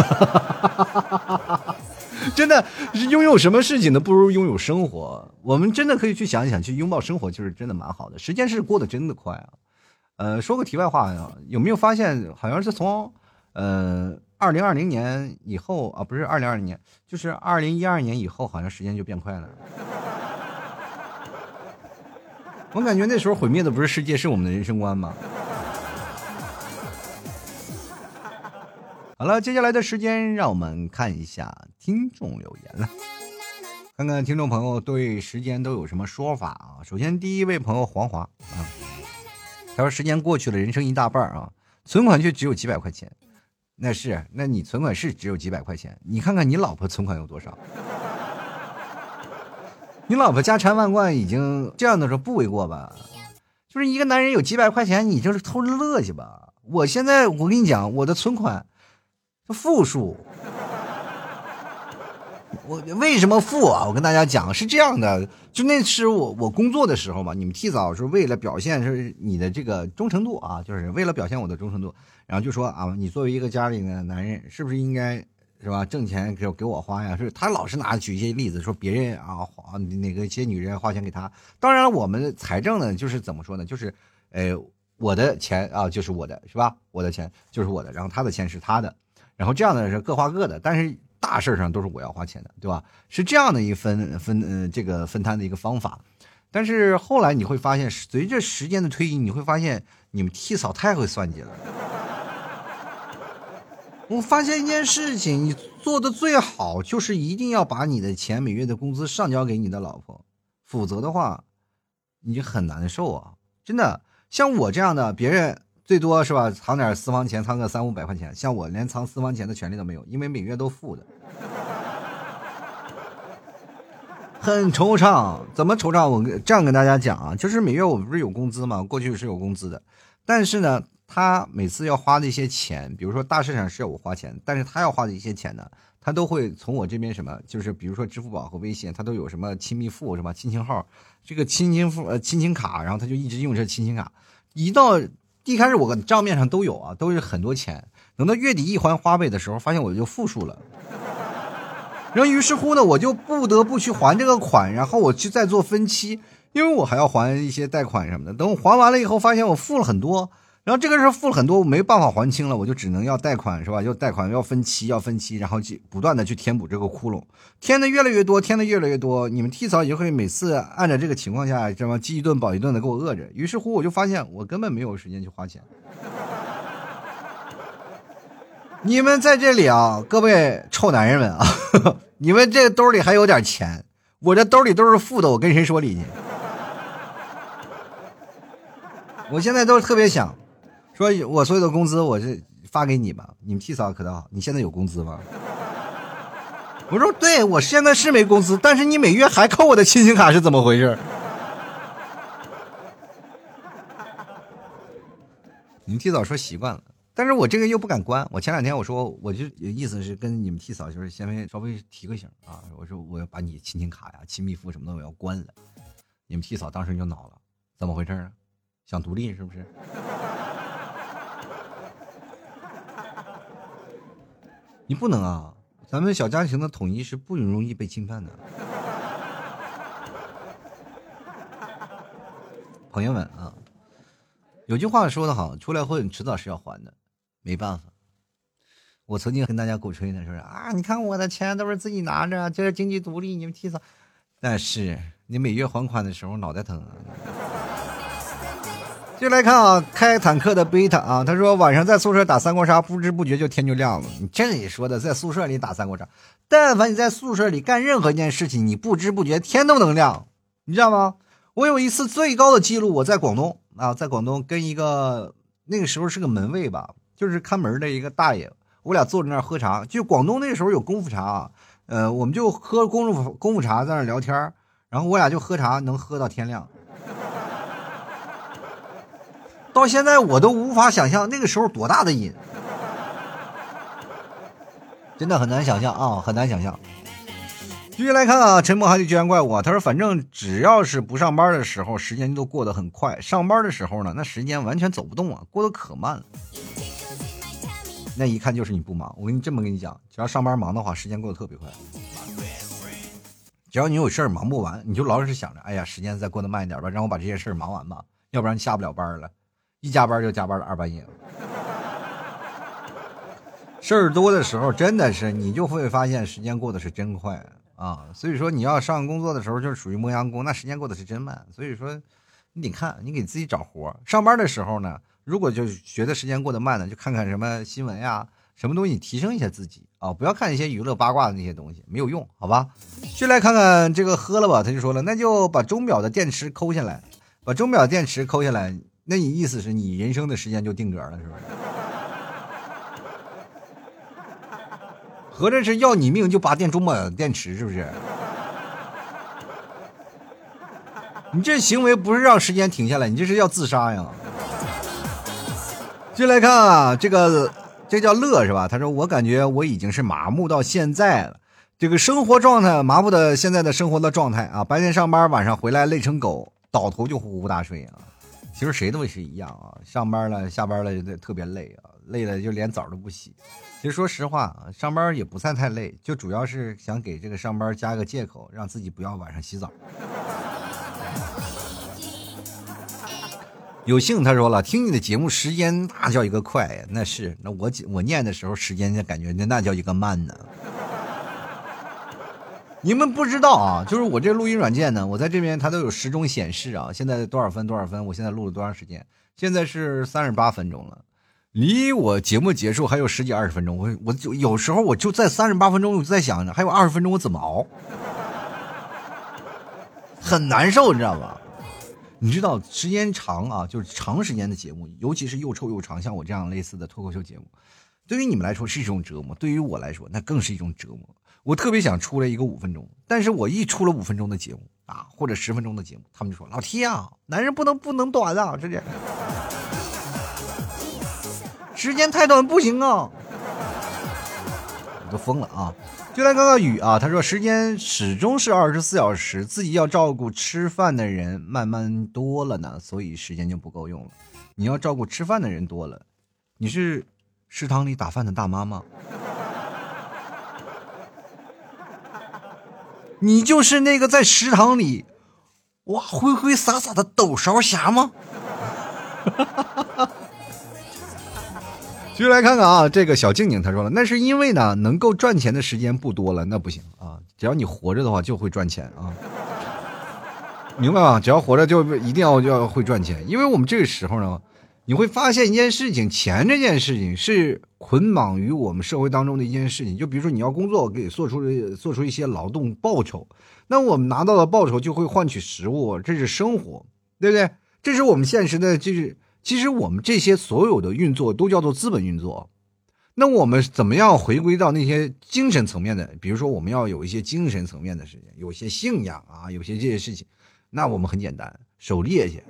真的是拥有什么事情呢，不如拥有生活。我们真的可以去想一想，去拥抱生活，就是真的蛮好的。时间是过得真的快啊。呃，说个题外话呀，有没有发现好像是从呃二零二零年以后啊，不是二零二零年，就是二零一二年以后，好像时间就变快了。我感觉那时候毁灭的不是世界，是我们的人生观嘛。好了，接下来的时间让我们看一下听众留言了，看看听众朋友对时间都有什么说法啊。首先第一位朋友黄华啊，他说时间过去了，人生一大半啊，存款却只有几百块钱。那是，那你存款是只有几百块钱，你看看你老婆存款有多少？你老婆家财万贯，已经这样的说不为过吧？就是一个男人有几百块钱，你就是偷着乐去吧。我现在我跟你讲，我的存款负数， 我为什么富啊？我跟大家讲是这样的，就那是我我工作的时候嘛，你们替嫂是为了表现是你的这个忠诚度啊，就是为了表现我的忠诚度，然后就说啊，你作为一个家里的男人，是不是应该是吧，挣钱给给我花呀？是他老是拿举一些例子，说别人啊花那个一些女人花钱给他。当然了，我们财政呢，就是怎么说呢，就是呃我的钱啊就是我的，是吧？我的钱就是我的，然后他的钱是他的，然后这样的是各花各的，但是大事上都是我要花钱的，对吧？是这样的一分分呃这个分摊的一个方法。但是后来你会发现，随着时间的推移，你会发现你们替嫂太会算计了。我发现一件事情，你做的最好就是一定要把你的钱每月的工资上交给你的老婆，否则的话你就很难受啊！真的，像我这样的，别人最多是吧，藏点私房钱，藏个三五百块钱，像我连藏私房钱的权利都没有，因为每月都付的，很惆怅。怎么惆怅？我这样跟大家讲啊，就是每月我不是有工资嘛，过去是有工资的，但是呢，他每次要花的一些钱，比如说大市场是要我花钱，但是他要花的一些钱呢，他都会从我这边什么，就是比如说支付宝和微信，他都有什么亲密付，什么亲情号，这个亲情付呃亲情卡，然后他就一直用这亲情卡，一到一开始我账面上都有啊，都是很多钱，等到月底一还花呗的时候，发现我就负数了。然后于是乎呢，我就不得不去还这个款，然后我去再做分期，因为我还要还一些贷款什么的。等我还完了以后，发现我付了很多，然后这个时候付了很多，我没办法还清了，我就只能要贷款，是吧？要贷款，要分期，要分期，然后不断的去填补这个窟窿，填的越来越多，填的越来越多。你们替嫂也会每次按照这个情况下，这么饥一顿饱一顿的给我饿着。于是乎，我就发现我根本没有时间去花钱。你们在这里啊，各位臭男人们啊，你们这兜里还有点钱，我这兜里都是负的，我跟谁说理去？我现在都特别想说，我所有的工资我是发给你吧，你们替嫂可倒好，你现在有工资吗？我说对，我现在是没工资，但是你每月还扣我的亲情卡是怎么回事？你们替嫂说习惯了。但是我这个又不敢关，我前两天我说，我就意思是跟你们替嫂就是先微稍微提个醒啊，我说我要把你亲情卡呀、亲密付什么的我要关了。你们替嫂当时就恼了，怎么回事啊？想独立是不是？你不能啊，咱们小家庭的统一是不容易被侵犯的。朋友们啊，有句话说得好，出来混迟早是要还的。没办法，我曾经跟大家鼓吹呢，说啊，你看我的钱都是自己拿着，这是经济独立，你们替嫂。但是你每月还款的时候脑袋疼啊。就来看啊，开坦克的贝塔啊，他说晚上在宿舍打三国杀，不知不觉就天就亮了。你这里说的在宿舍里打三国杀，但凡你在宿舍里干任何一件事情，你不知不觉天都能亮，你知道吗？我有一次最高的记录，我在广东啊，在广东跟一个那个时候是个门卫吧。就是看门的一个大爷，我俩坐在那儿喝茶。就广东那个时候有功夫茶啊，呃，我们就喝功夫功夫茶在那儿聊天，然后我俩就喝茶，能喝到天亮。到现在我都无法想象那个时候多大的瘾，真的很难想象啊，很难想象。继续来看啊，陈默还就居然怪我，他说反正只要是不上班的时候，时间都过得很快；上班的时候呢，那时间完全走不动啊，过得可慢了。那一看就是你不忙，我跟你这么跟你讲，只要上班忙的话，时间过得特别快。只要你有事儿忙不完，你就老是想着，哎呀，时间再过得慢一点吧，让我把这些事儿忙完吧，要不然下不了班了，一加班就加班了二半夜。事儿多的时候，真的是你就会发现时间过得是真快啊。所以说你要上工作的时候，就是属于磨洋工，那时间过得是真慢。所以说你得看，你给自己找活。上班的时候呢，如果就觉得时间过得慢呢，就看看什么新闻呀，什么东西提升一下自己啊，不要看一些娱乐八卦的那些东西，没有用，好吧？就来看看这个喝了吧，他就说了，那就把钟表的电池抠下来，把钟表电池抠下来，那你意思是你人生的时间就定格了，是不是？合着是要你命就拔电钟表的电池，是不是？你这行为不是让时间停下来，你这是要自杀呀！就来看啊，这个这叫乐是吧？他说我感觉我已经是麻木到现在了， 这个生活状态麻木的现在的生活的状态啊，白天上班，晚上回来累成狗，倒头就呼呼大睡啊。其实谁都是一样啊，上班了下班了就特别累啊，累了就连澡都不洗。其实说实话啊，上班也不算太累，就主要是想给这个上班加个借口，让自己不要晚上洗澡。有幸他说了，听你的节目时间那叫一个快呀，那是那我我念的时候时间感觉那叫一个慢呢。你们不知道啊，就是我这录音软件呢，我在这边它都有时钟显示啊，现在多少分多少分，我现在录了多长时间？现在是三十八分钟了，离我节目结束还有十几二十分钟，我我就有时候我就在三十八分钟，我就在想着还有二十分钟我怎么熬，很难受，你知道吗？你知道时间长啊，就是长时间的节目，尤其是又臭又长，像我这样类似的脱口秀节目，对于你们来说是一种折磨，对于我来说那更是一种折磨。我特别想出来一个五分钟，但是我一出了五分钟的节目啊，或者十分钟的节目，他们就说老 T 啊，男人不能不能短啊，这点时间太短不行啊，我都疯了啊！就来看看雨啊，他说时间始终是二十四小时，自己要照顾吃饭的人慢慢多了呢，所以时间就不够用了。你要照顾吃饭的人多了，你是食堂里打饭的大妈吗？你就是那个在食堂里哇挥挥洒洒的抖勺侠吗？继续来看看啊，这个小静静他说了，那是因为呢能够赚钱的时间不多了，那不行啊，只要你活着的话就会赚钱啊，明白吗？只要活着就一定要要会赚钱，因为我们这个时候呢，你会发现一件事情，钱这件事情是捆绑于我们社会当中的一件事情。就比如说你要工作，给做出做出一些劳动报酬，那我们拿到的报酬就会换取食物，这是生活，对不对？这是我们现实的，就是其实我们这些所有的运作都叫做资本运作。那我们怎么样回归到那些精神层面的？比如说我们要有一些精神层面的事情，有些信仰啊，有些这些事情，那我们很简单，狩猎去。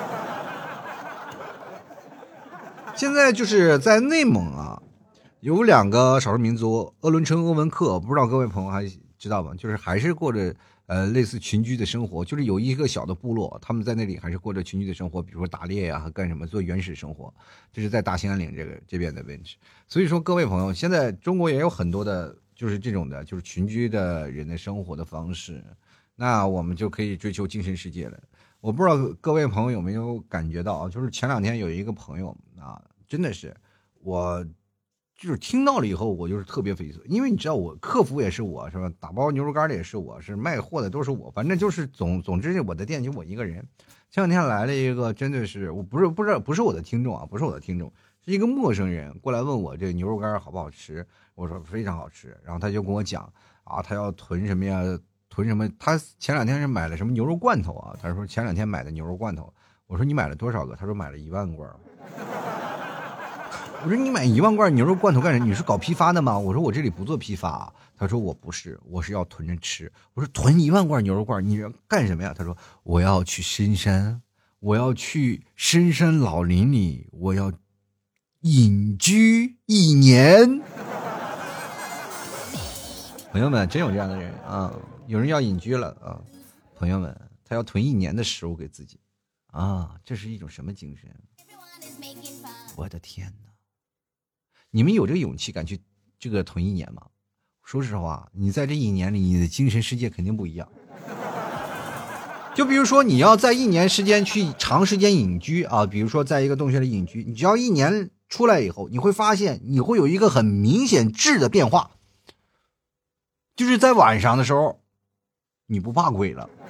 现在就是在内蒙啊，有两个少数民族鄂伦春、鄂温克，不知道各位朋友还知道吗？就是还是过着呃类似群居的生活，就是有一个小的部落，他们在那里还是过着群居的生活，比如说打猎呀、啊，干什么做原始生活，这是在大兴安岭这个这边的位置。所以说各位朋友，现在中国也有很多的，就是这种的，就是群居的人的生活的方式，那我们就可以追求精神世界了。我不知道各位朋友有没有感觉到啊，就是前两天有一个朋友啊，真的是我就是听到了以后，我就是特别匪夷所思，因为你知道我客服也是我，是吧？打包牛肉干的也是我，是卖货的都是我，反正就是总总之我的店就我一个人。前两天来了一个，真的是我不是不是不是我的听众啊，不是我的听众，是一个陌生人过来问我这个牛肉干好不好吃，我说非常好吃，然后他就跟我讲啊，他要囤什么呀？囤什么？他前两天是买了什么牛肉罐头啊？他说前两天买的牛肉罐头。我说你买了多少个？他说买了一万罐。我说你买一万罐牛肉罐头干什么？你是搞批发的吗？我说我这里不做批发。他说我不是，我是要囤着吃。我说囤一万罐牛肉罐，你要干什么呀？他说我要去深山，我要去深山老林里，我要隐居一年。朋友们，真有这样的人啊！有人要隐居了啊！朋友们，他要囤一年的食物给自己啊！这是一种什么精神？我的天哪！你们有这个勇气敢去这个囤一年吗？说实话，你在这一年里，你的精神世界肯定不一样。就比如说，你要在一年时间去长时间隐居啊，比如说在一个洞穴里隐居，你只要一年出来以后，你会发现你会有一个很明显质的变化。就是在晚上的时候，你不怕鬼了，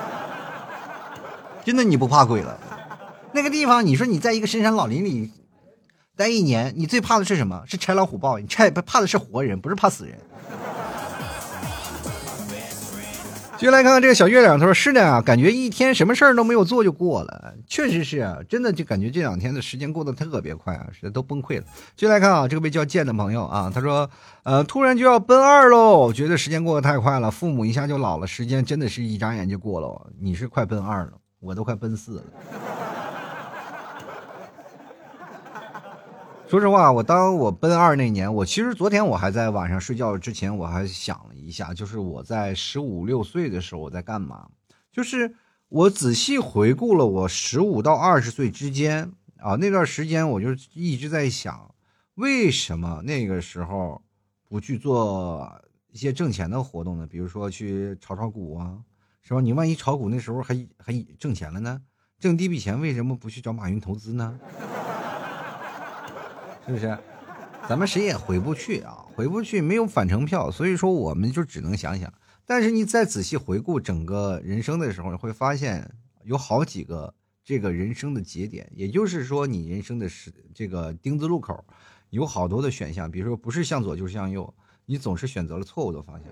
真的你不怕鬼了。那个地方，你说你在一个深山老林里待一年，你最怕的是什么？是豺狼虎豹，你豺怕的是活人，不是怕死人。接下来看看这个小月亮，他说是的啊，感觉一天什么事儿都没有做就过了，确实是啊，真的就感觉这两天的时间过得特别快啊，实在都崩溃了。接下来看啊，这个被叫贱的朋友啊，他说呃，突然就要奔二喽，觉得时间过得太快了，父母一下就老了，时间真的是一眨眼就过了。你是快奔二了，我都快奔四了。 说实话，我当我奔二那年，我其实昨天我还在晚上睡觉之前，我还想了一下，就是我在十五六岁的时候我在干嘛？就是我仔细回顾了我十五到二十岁之间啊那段时间，我就一直在想，为什么那个时候不去做一些挣钱的活动呢？比如说去炒炒股啊，是吧？你万一炒股那时候还还挣钱了呢？挣第一笔钱为什么不去找马云投资呢？是不是？咱们谁也回不去啊，回不去，没有返程票，所以说我们就只能想想。但是你再仔细回顾整个人生的时候，你会发现有好几个这个人生的节点，也就是说你人生的是这个丁字路口，有好多的选项，比如说不是向左就是向右，你总是选择了错误的方向，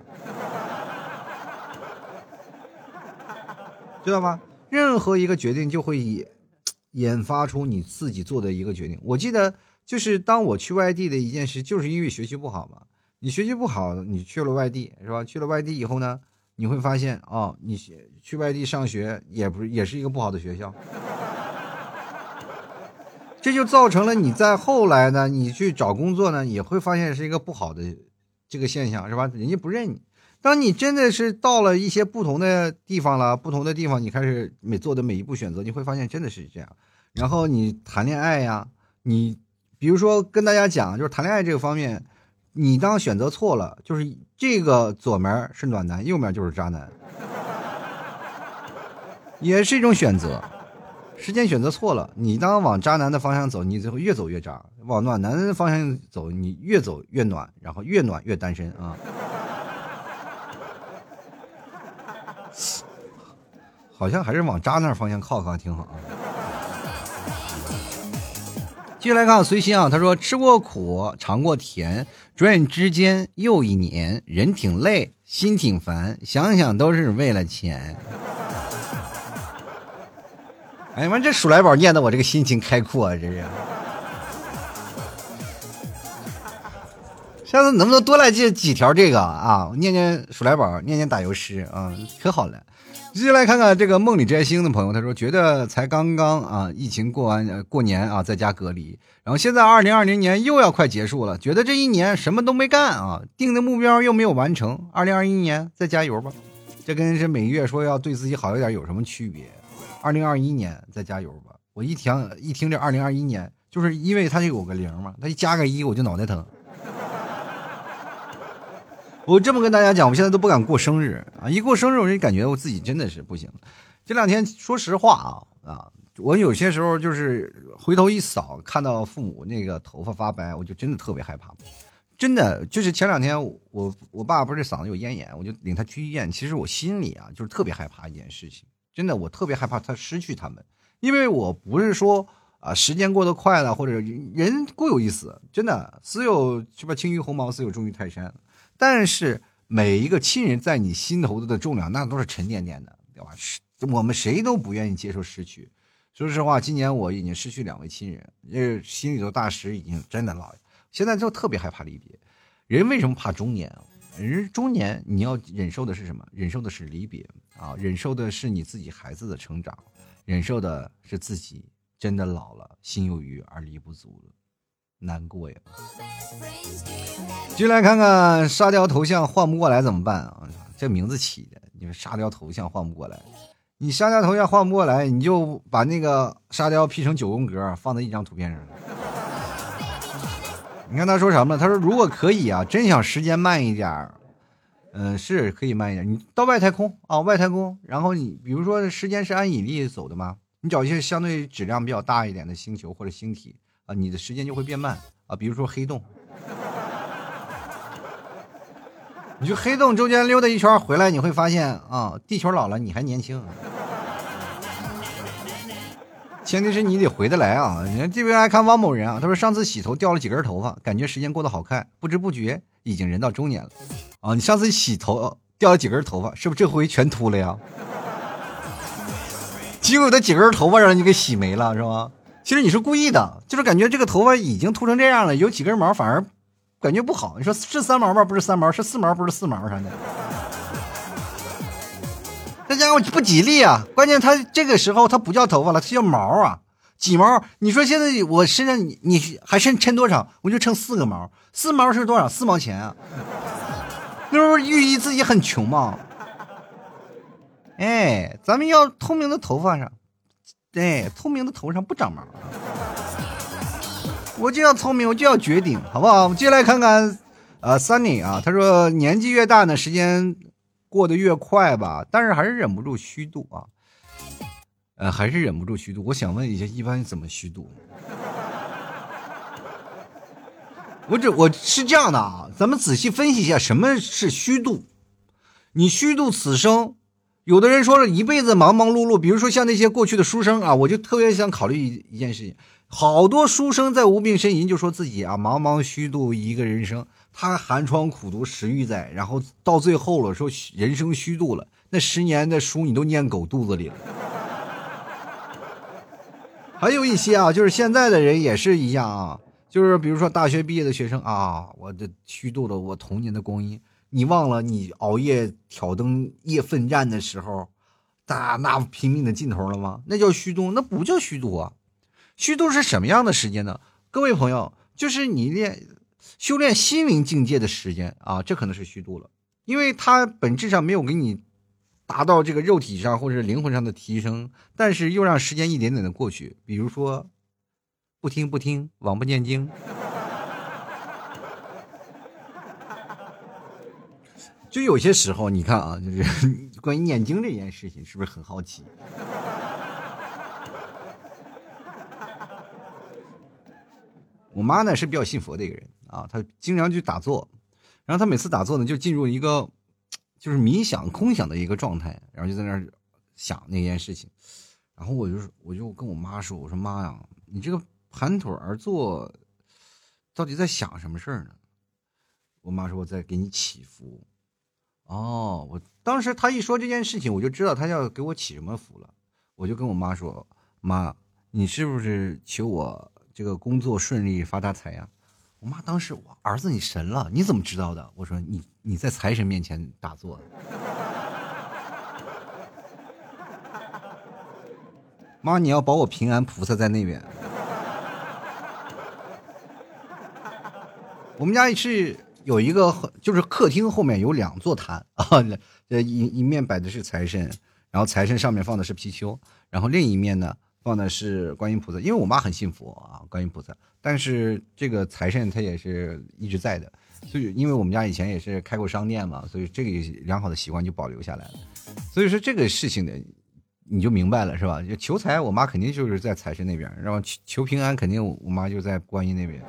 知道吗？任何一个决定就会引发出你自己做的一个决定。我记得就是当我去外地的一件事，就是因为学习不好嘛。你学习不好，你去了外地是吧？去了外地以后呢，你会发现哦，你去外地上学也不是也是一个不好的学校，这就造成了你在后来呢，你去找工作呢，也会发现是一个不好的这个现象，是吧？人家不认你。当你真的是到了一些不同的地方了，不同的地方，你开始每做的每一步选择，你会发现真的是这样。然后你谈恋爱呀，你比如说跟大家讲，就是谈恋爱这个方面，你当选择错了，就是这个左面是暖男，右面就是渣男，也是一种选择。时间选择错了，你当往渣男的方向走，你就会越走越渣；往暖男的方向走，你越走越暖，然后越暖越单身啊。好像还是往渣那方向靠靠挺好啊。继续来看随心啊，他说吃过苦尝过甜，转眼之间又一年，人挺累心挺烦，想想都是为了钱。哎呀妈，这鼠来宝念的我这个心情开阔啊，这是。下次能不能多来几几条这个啊？念念鼠来宝，念念打油诗啊，可好了。继续来看看这个梦里摘星的朋友，他说觉得才刚刚啊，疫情过完、呃、过年啊，在家隔离，然后现在二零二零年又要快结束了，觉得这一年什么都没干啊，定的目标又没有完成，二零二一年再加油吧。这跟是每个月说要对自己好一点有什么区别？二零二一年再加油吧。我一听一听这二零二一年，就是因为它有个零嘛，它一加个一我就脑袋疼。我这么跟大家讲，我现在都不敢过生日啊！一过生日，我就感觉我自己真的是不行。这两天说实话啊啊，我有些时候就是回头一扫，看到父母那个头发发白，我就真的特别害怕。真的就是前两天我我爸不是嗓子有咽炎，我就领他去医院。其实我心里啊就是特别害怕一件事情，真的我特别害怕他失去他们，因为我不是说啊时间过得快了，或者人固有一死，真的死有是吧？轻于鸿毛，死有重于泰山。但是每一个亲人在你心头的重量，那都是沉甸甸的，对吧？我们谁都不愿意接受失去。说实话，今年我已经失去两位亲人，这心里头大石已经真的老，现在就特别害怕离别。人为什么怕中年啊？人中年你要忍受的是什么？忍受的是离别啊，忍受的是你自己孩子的成长，忍受的是自己真的老了，心有余而力不足了。难过呀！进来看看沙雕头像换不过来怎么办啊？这名字起的，你说沙雕头像换不过来，你沙雕头像换不过来，你就把那个沙雕 P 成九宫格，放在一张图片上。你看他说什么了？他说如果可以啊，真想时间慢一点，嗯、呃，是可以慢一点。你到外太空啊，外太空，然后你比如说时间是按引力走的嘛，你找一些相对质量比较大一点的星球或者星体。啊，你的时间就会变慢啊，比如说黑洞，你去黑洞中间溜达一圈回来，你会发现啊，地球老了你还年轻，前提是你得回得来啊。你看这边还看汪某人啊，他说上次洗头掉了几根头发，感觉时间过得好快，不知不觉已经人到中年了啊。你上次洗头掉了几根头发，是不是这回全秃了呀？结果这几根头发让你给洗没了是吧？其实你是故意的，就是感觉这个头发已经秃成这样了，有几根毛反而感觉不好。你说是三毛吧？不是三毛，是四毛，不是四毛啥的。这家伙不吉利啊！关键他这个时候他不叫头发了，他叫毛啊！ 几毛？你说现在我身上你你还剩抻多少？我就抻四个毛，四毛是多少？四毛钱啊！那不是寓意自己很穷吗？哎，咱们要透明的头发上，哎，透明的头上不长毛。我就要聪明，我就要绝顶，好不好？我们接下来看看，呃 ，Sunny 啊，他说年纪越大呢，时间过得越快吧，但是还是忍不住虚度啊，呃，还是忍不住虚度。我想问一下，一般怎么虚度？我这我是这样的啊，咱们仔细分析一下，什么是虚度？你虚度此生，有的人说了一辈子忙忙碌碌，比如说像那些过去的书生啊，我就特别想考虑一一件事情。好多书生在无病呻吟，就说自己啊茫茫虚度一个人生，他寒窗苦读十余载，然后到最后了说人生虚度了，那十年的书你都念狗肚子里了。还有一些啊，就是现在的人也是一样啊，就是比如说大学毕业的学生啊，我这虚度了我童年的光阴，你忘了你熬夜挑灯夜奋战的时候，大那拼命的劲头了吗？那叫虚度，那不叫虚度啊。虚度是什么样的时间呢？各位朋友，就是你练修炼心灵境界的时间啊，这可能是虚度了，因为它本质上没有给你达到这个肉体上或者灵魂上的提升，但是又让时间一点点的过去。比如说，不听不听，枉不念经。就有些时候，你看啊，就是关于念经这件事情，是不是很好奇？我妈呢是比较信佛的一个人啊，她经常去打坐，然后她每次打坐呢就进入一个就是冥想空想的一个状态，然后就在那儿想那件事情，然后我就我就跟我妈说，我说妈呀，你这个盘腿而坐到底在想什么事儿呢？我妈说我在给你祈福。哦，我当时她一说这件事情，我就知道她要给我祈什么福了，我就跟我妈说，妈，你是不是求我这个工作顺利发大财呀？我妈当时，我儿子你神了，你怎么知道的？我说你你在财神面前打坐。妈，你要保我平安，菩萨在那边。我们家是有一个，就是客厅后面有两座坛啊，一一面摆的是财神，然后财神上面放的是貔貅，然后另一面呢放的是观音菩萨，因为我妈很信佛啊，观音菩萨，但是这个财神它也是一直在的，所以因为我们家以前也是开过商店嘛，所以这个良好的习惯就保留下来了。所以说这个事情呢，你就明白了是吧？就求财，我妈肯定就是在财神那边，然后求平安，肯定我妈就在观音那边，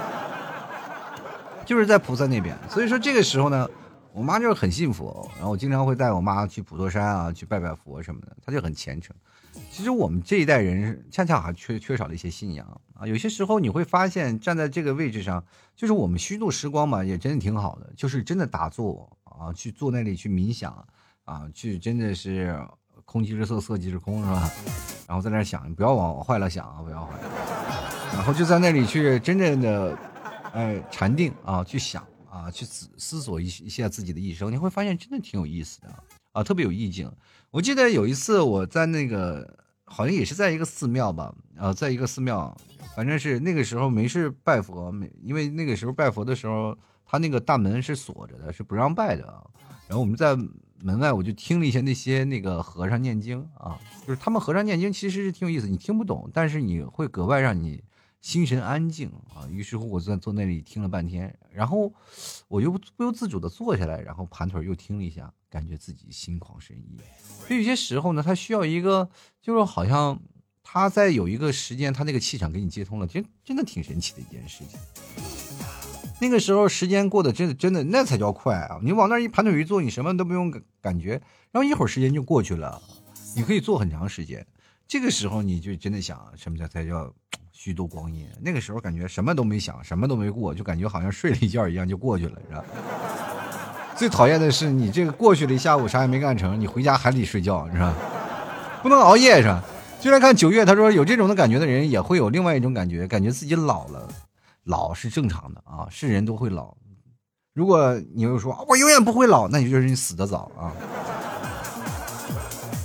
就是在菩萨那边。所以说这个时候呢，我妈就是很信佛，然后我经常会带我妈去普陀山啊，去拜拜佛什么的，她就很虔诚。其实我们这一代人恰恰还缺缺少了一些信仰啊，有些时候你会发现站在这个位置上，就是我们虚度时光嘛，也真的挺好的，就是真的打坐啊，去坐那里去冥想啊，去真的是空即是色，色即是空，是吧？然后在那想，不要往坏了想啊，不要坏了，然后就在那里去真正的哎禅定啊，去想啊，去思思索一一下自己的一生，你会发现真的挺有意思的啊，特别有意境。我记得有一次我在那个好像也是在一个寺庙吧，呃，在一个寺庙，反正是那个时候没事拜佛，没因为那个时候拜佛的时候，他那个大门是锁着的，是不让拜的。然后我们在门外，我就听了一下那些那个和尚念经啊，就是他们和尚念经其实是挺有意思，你听不懂，但是你会格外让你心神安静啊。于是乎我在坐那里听了半天，然后我又不由自主的坐下来，然后盘腿又听了一下，感觉自己心旷神怡。所以有些时候呢，他需要一个，就是好像他在有一个时间，他那个气场给你接通了，真真的挺神奇的一件事情。那个时候时间过得真的真的那才叫快啊！你往那一盘腿一坐，你什么都不用感觉，然后一会儿时间就过去了，你可以坐很长时间。这个时候你就真的想什么叫才叫虚度光阴。那个时候感觉什么都没想，什么都没过，就感觉好像睡了一觉一样就过去了，是吧？最讨厌的是你这个过去了一下午啥也没干成，你回家还得睡觉，是吧？不能熬夜，是吧？就来看九月，他说有这种的感觉的人也会有另外一种感觉，感觉自己老了。老是正常的啊，是人都会老。如果你又说我永远不会老，那你就是你死得早啊。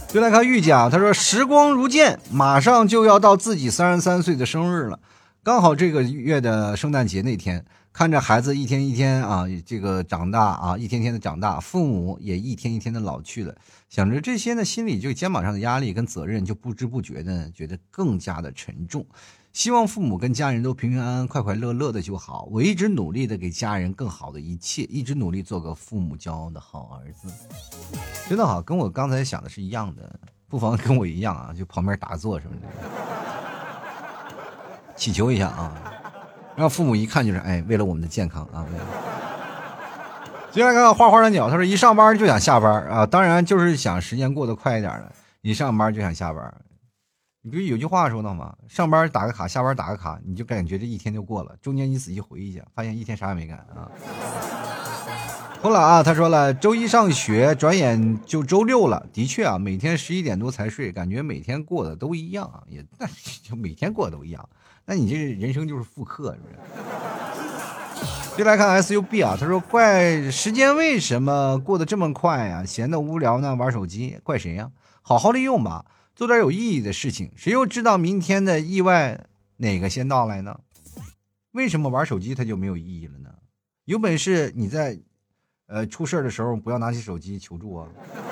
就来看玉家，他说时光如箭，马上就要到自己三十三岁的生日了，刚好这个月的圣诞节那天，看着孩子一天一天啊这个长大啊，一天天的长大，父母也一天一天的老去了，想着这些呢，心里这个肩膀上的压力跟责任就不知不觉的觉得更加的沉重。希望父母跟家人都平平安安快快乐乐的就好，我一直努力的给家人更好的一切，一直努力做个父母骄傲的好儿子。真的好，跟我刚才想的是一样的，不妨跟我一样啊，就旁边打坐什么的，祈求一下啊，让父母一看就是哎，为了我们的健康啊。接下来看看花花的鸟，他说一上班就想下班啊，当然就是想时间过得快一点了，一上班就想下班。你不是有句话说的吗？上班打个卡，下班打个卡，你就感觉这一天就过了，中间你仔细回忆一下，发现一天啥也没干啊。后来啊，他说了，周一上学，转眼就周六了。的确啊，每天十一点多才睡，感觉每天过得都一样啊，也那就每天过得都一样。那你这人生就是复刻，是不是？就来看 S U B 啊，他说怪时间为什么过得这么快啊？闲得无聊呢，玩手机，怪谁呀？好好利用吧。做点有意义的事情，谁又知道明天的意外哪个先到来呢？为什么玩手机它就没有意义了呢？有本事你在呃出事的时候不要拿起手机求助啊！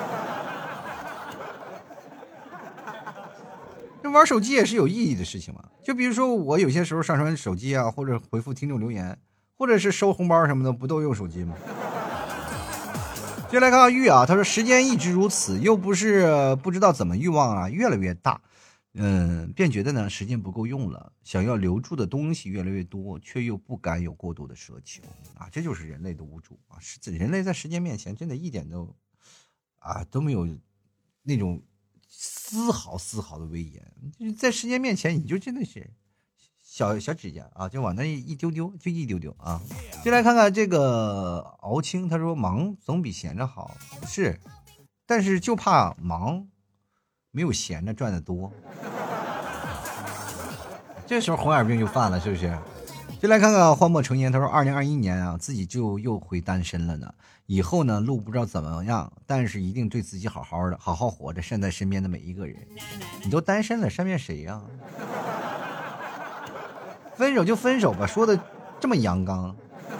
这玩手机也是有意义的事情嘛。就比如说我有些时候上传手机啊，或者回复听众留言，或者是收红包什么的，不都用手机吗？接下来看看玉啊，他说时间一直如此，又不是不知道怎么欲望啊越来越大，嗯，便觉得呢时间不够用了，想要留住的东西越来越多，却又不敢有过多的奢求啊，这就是人类的无助啊！人类在时间面前真的一点都啊都没有那种丝毫丝毫的威严，就是在时间面前你就真的是小小指甲啊，就往那一丢丢，就一丢丢啊！就来看看这个敖青，他说忙总比闲着好，是，但是就怕忙没有闲着赚的多，这时候红眼病就犯了，是不是？就来看看荒漠成烟，他说二零二一年啊，自己就又回单身了呢。以后呢，路不知道怎么样，但是一定对自己好好的，好好活着，善待身边的每一个人。你都单身了，善待谁呀、啊？分手就分手吧，说的这么阳刚。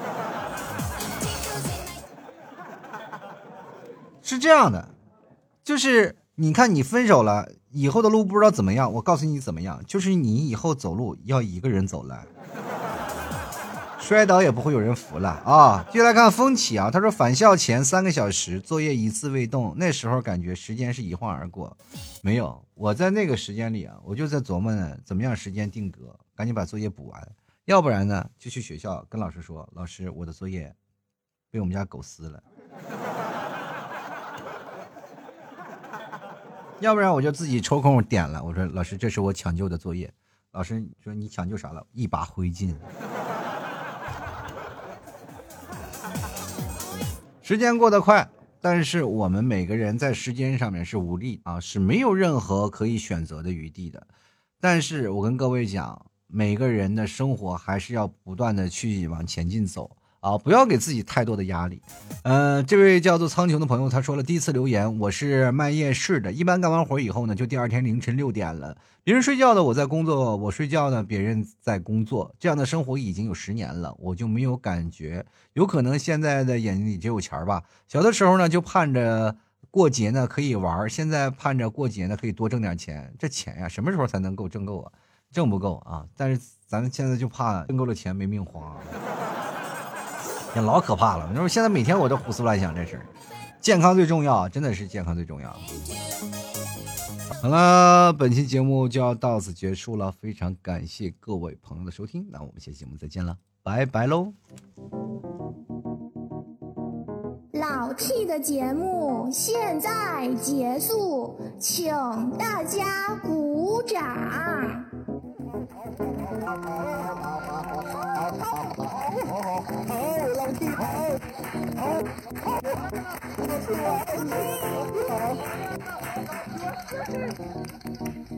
是这样的，就是你看你分手了以后的路不知道怎么样，我告诉你怎么样，就是你以后走路要一个人走来，摔倒也不会有人扶了啊！接下来看风起啊，他说返校前三个小时作业一字未动，那时候感觉时间是一晃而过。没有，我在那个时间里啊，我就在琢磨呢，怎么样时间定格，赶紧把作业补完，要不然呢就去学校跟老师说，老师我的作业被我们家狗撕了，要不然我就自己抽空点了，我说老师这是我抢救的作业，老师说你抢救啥了？一把灰烬。时间过得快，但是我们每个人在时间上面是无力啊，是没有任何可以选择的余地的。但是我跟各位讲，每个人的生活还是要不断的去往前进走啊，不要给自己太多的压力。呃，这位叫做苍穹的朋友他说了，第一次留言，我是卖夜市的，一般干完活以后呢，就第二天凌晨六点了，别人睡觉的我在工作，我睡觉呢别人在工作，这样的生活已经有十年了，我就没有感觉，有可能现在的眼睛里只有钱吧。小的时候呢就盼着过节呢可以玩，现在盼着过节呢可以多挣点钱，这钱呀什么时候才能够挣够啊？挣不够啊！但是咱们现在就怕挣够了钱没命花、啊。也老可怕了，你说现在每天我都胡思乱想这事儿，健康最重要，真的是健康最重要。好了，本期节目就要到此结束了，非常感谢各位朋友的收听，那我们下期节目再见了，拜拜喽。 老 T 的节目现在结束，请大家鼓掌。好，